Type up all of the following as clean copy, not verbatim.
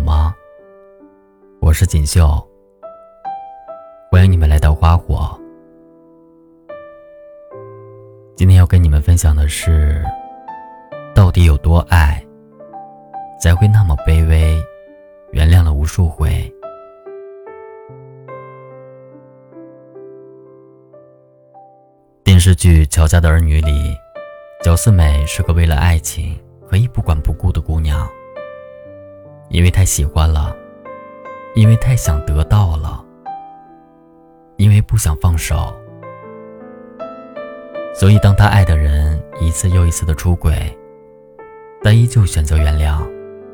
吗？我是锦绣，欢迎你们来到花火。今天要跟你们分享的是，到底有多爱，才会那么卑微，原谅了无数回。电视剧《乔家的儿女》里，焦四美是个为了爱情可以不管不顾的姑娘。因为太喜欢了，因为太想得到了，因为不想放手，所以当她爱的人一次又一次的出轨，她依旧选择原谅。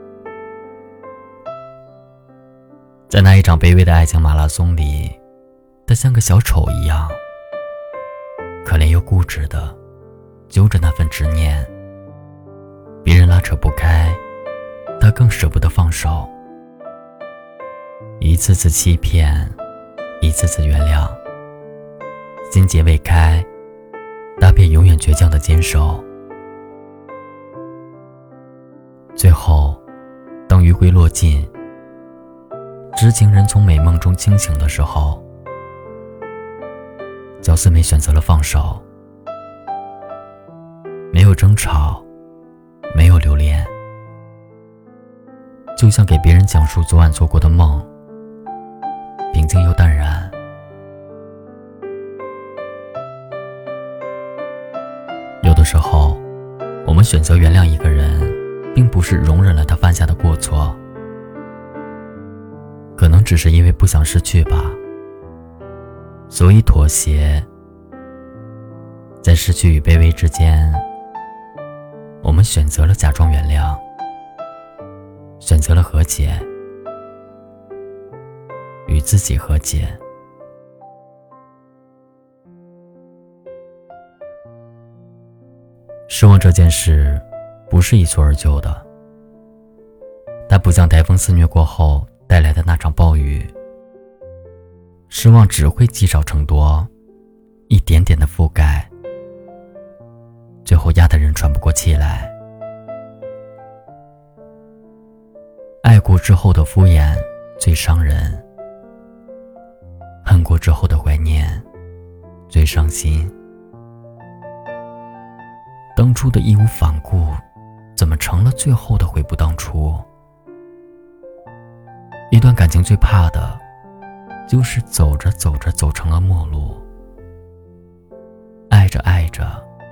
在那一场卑微的爱情马拉松里，她像个小丑一样，可怜又固执的揪着那份执念，别人拉扯不开，他更舍不得放手。一次次欺骗，一次次原谅，心结未开，他便永远倔强的坚守。最后当余晖落尽，知情人从美梦中清醒的时候，焦四美选择了放手。没有争吵，没有留恋，就像给别人讲述昨晚做过的梦，平静又淡然。有的时候，我们选择原谅一个人，并不是容忍了他犯下的过错，可能只是因为不想失去吧，所以妥协。在失去与卑微之间，我们选择了假装原谅，选择了和解，与自己和解。失望这件事不是一蹴而就的，它不像台风肆虐过后带来的那场暴雨，失望只会积少成多，一点点的覆盖，最后压得人喘不过气来。爱过之后的敷衍最伤人，恨过之后的怀念最伤心。当初的义无反顾，怎么成了最后的悔不当初？一段感情最怕的，就是走着走着走成了陌路，爱着爱着，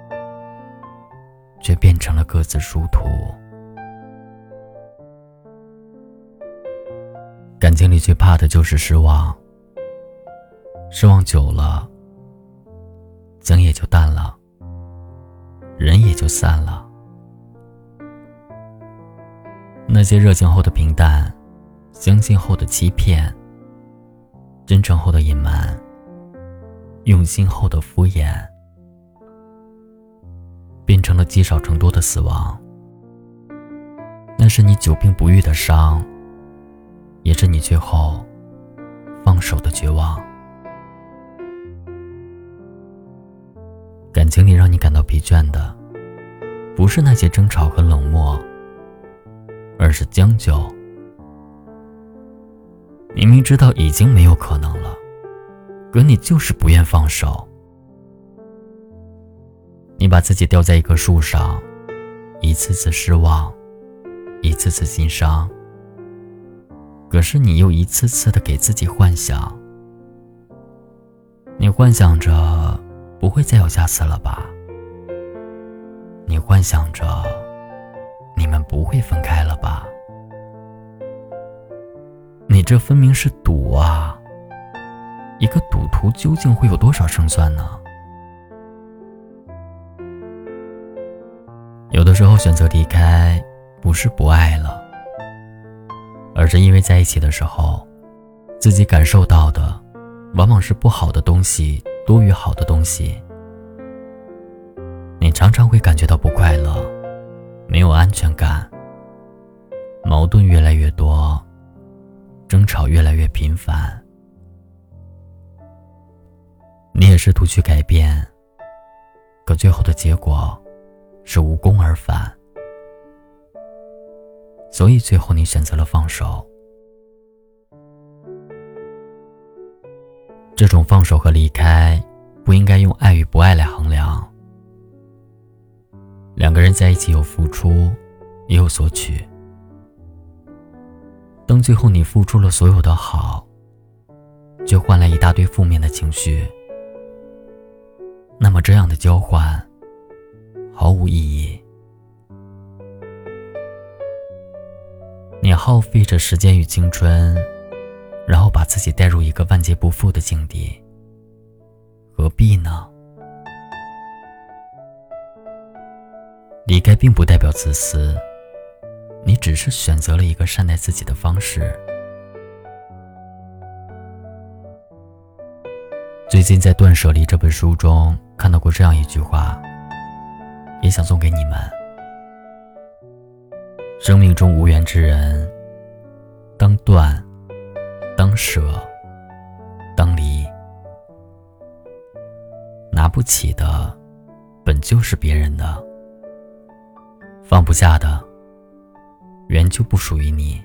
却变成了各自殊途。感情里最怕的就是失望，失望久了，情也就淡了，人也就散了。那些热情后的平淡，相信后的欺骗，真诚后的隐瞒，用心后的敷衍，变成了积少成多的死亡。那是你久病不愈的伤，也是你最后放手的绝望。感情里让你感到疲倦的，不是那些争吵和冷漠，而是将就。明明知道已经没有可能了，可你就是不愿放手。你把自己吊在一棵树上，一次次失望，一次次心伤，可是你又一次次的给自己幻想，你幻想着不会再有下次了吧，你幻想着你们不会分开了吧，你这分明是赌啊！一个赌徒究竟会有多少胜算呢？有的时候选择离开，不是不爱了，而是因为在一起的时候，自己感受到的往往是不好的东西多于好的东西。你常常会感觉到不快乐，没有安全感，矛盾越来越多，争吵越来越频繁。你也试图去改变，可最后的结果是无功而返。 所以最后你选择了放手。这种放手和离开，不应该用爱与不爱来衡量。两个人在一起有付出，也有索取。当最后你付出了所有的好，却换来一大堆负面的情绪，那么这样的交换毫无意义。你耗费着时间与青春，然后把自己带入一个万劫不复的境地，何必呢？离开并不代表自私，你只是选择了一个善待自己的方式。最近在《断舍离》这本书中看到过这样一句话，也想送给你们。生命中无缘之人，当断，当舍，当离。拿不起的本就是别人的，放不下的原就不属于你。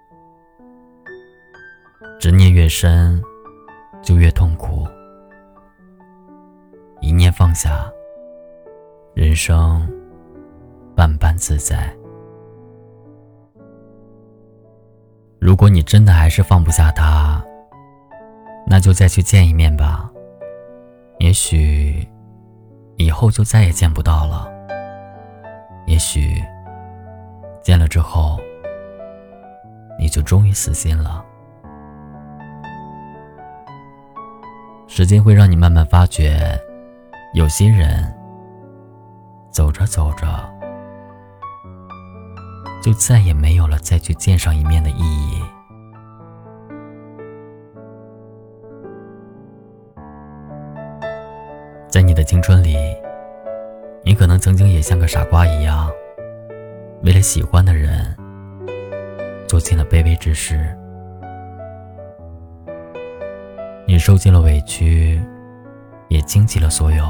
执念越深，就越痛苦。一念放下，人生万般自在。如果你真的还是放不下他，那就再去见一面吧，也许以后就再也见不到了，也许见了之后你就终于死心了。时间会让你慢慢发觉，有些人走着走着就再也没有了再去见上一面的意义。在你的青春里，你可能曾经也像个傻瓜一样，为了喜欢的人做尽了卑微之事。你受尽了委屈，也倾尽了所有，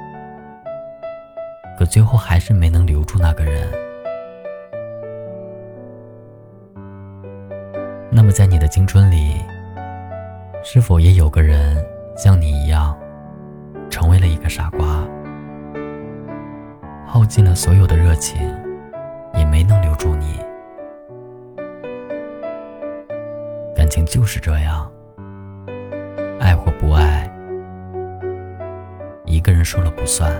可最后还是没能留住那个人。那么在你的青春里，是否也有个人像你一样，成为了一个傻瓜，耗尽了所有的热情，也没能留住你？感情就是这样，爱或不爱，一个人说了不算。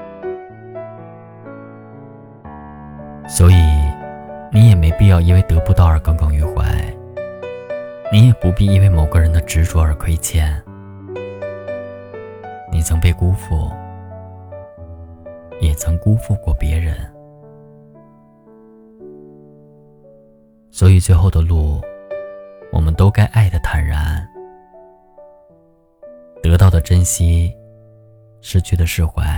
所以你也没必要因为得不到而耿耿于怀，你也不必因为某个人的执着而亏欠。你曾被辜负，也曾辜负过别人。所以最后的路，我们都该爱得坦然，得到的珍惜，失去的释怀，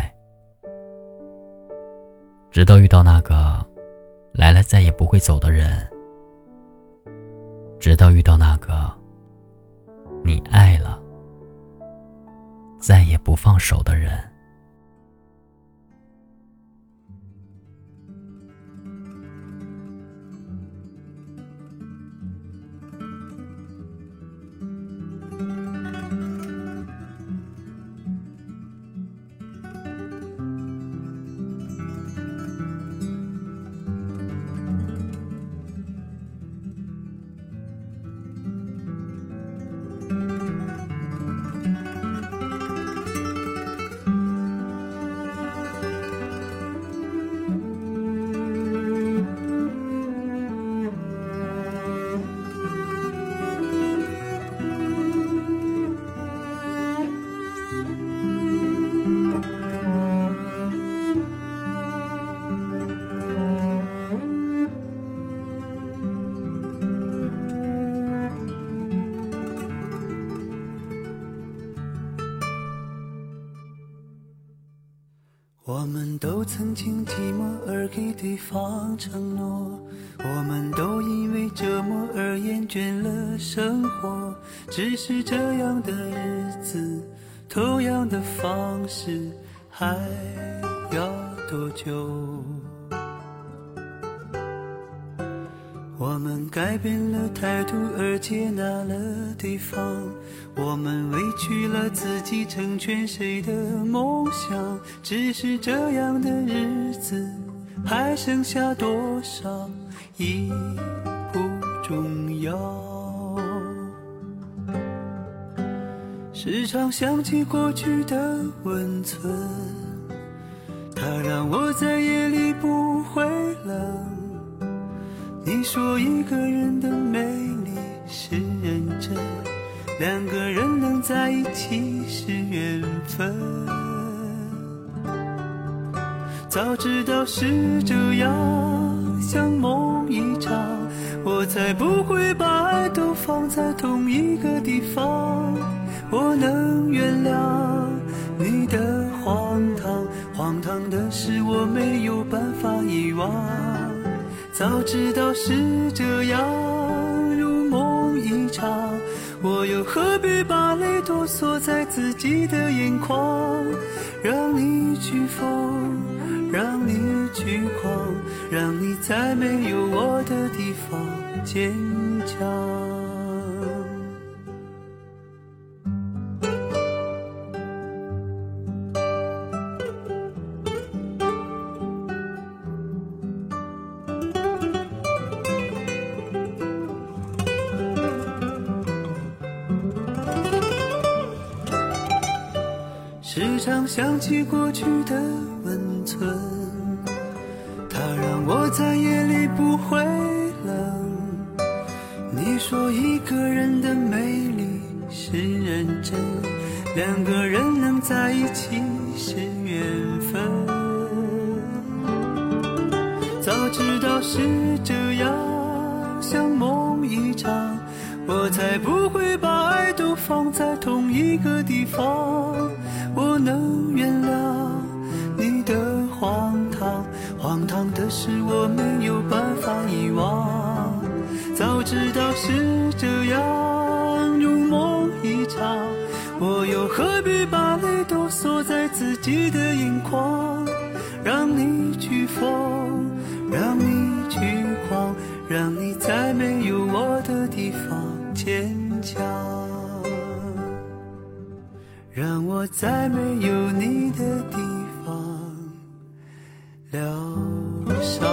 直到遇到那个来了再也不会走的人，直到遇到那个你爱了再也不放手的人。 我们都曾经寂寞而给对方承诺，我们都因为折磨而厌倦了生活。只是这样的日子，同样的方式，还要多久？ 我们改变了态度而接纳了对方，我们委屈了自己成全谁的梦想，只是这样的日子还剩下多少已不重要。时常想起过去的温存，它让我在夜里不会冷。你说一个人的美丽是认真，两个人能在一起是缘分。早知道是这样，像梦一场，我才不会把爱都放在同一个地方。我能原谅你的荒唐，荒唐的是我没有办法遗忘。早知道是这样，如梦一场，我又何必把泪都锁在自己的眼眶？让你去疯，让你去狂，让你在没有我的地方坚强。时常想起过去的温存，它让我在夜里不会冷。你说一个人的美丽是认真，两个人能在一起是缘分。早知道是这样，像梦一场，我才不会把爱都放在同一个地方。我能原谅你的荒唐，荒唐的是我没有办法遗忘。早知道是这样，如梦一场，我又何必把泪都锁在自己的眼眶？让你去疯，让你去狂，让你在没有我的地方坚强。让我在没有你的地方疗伤。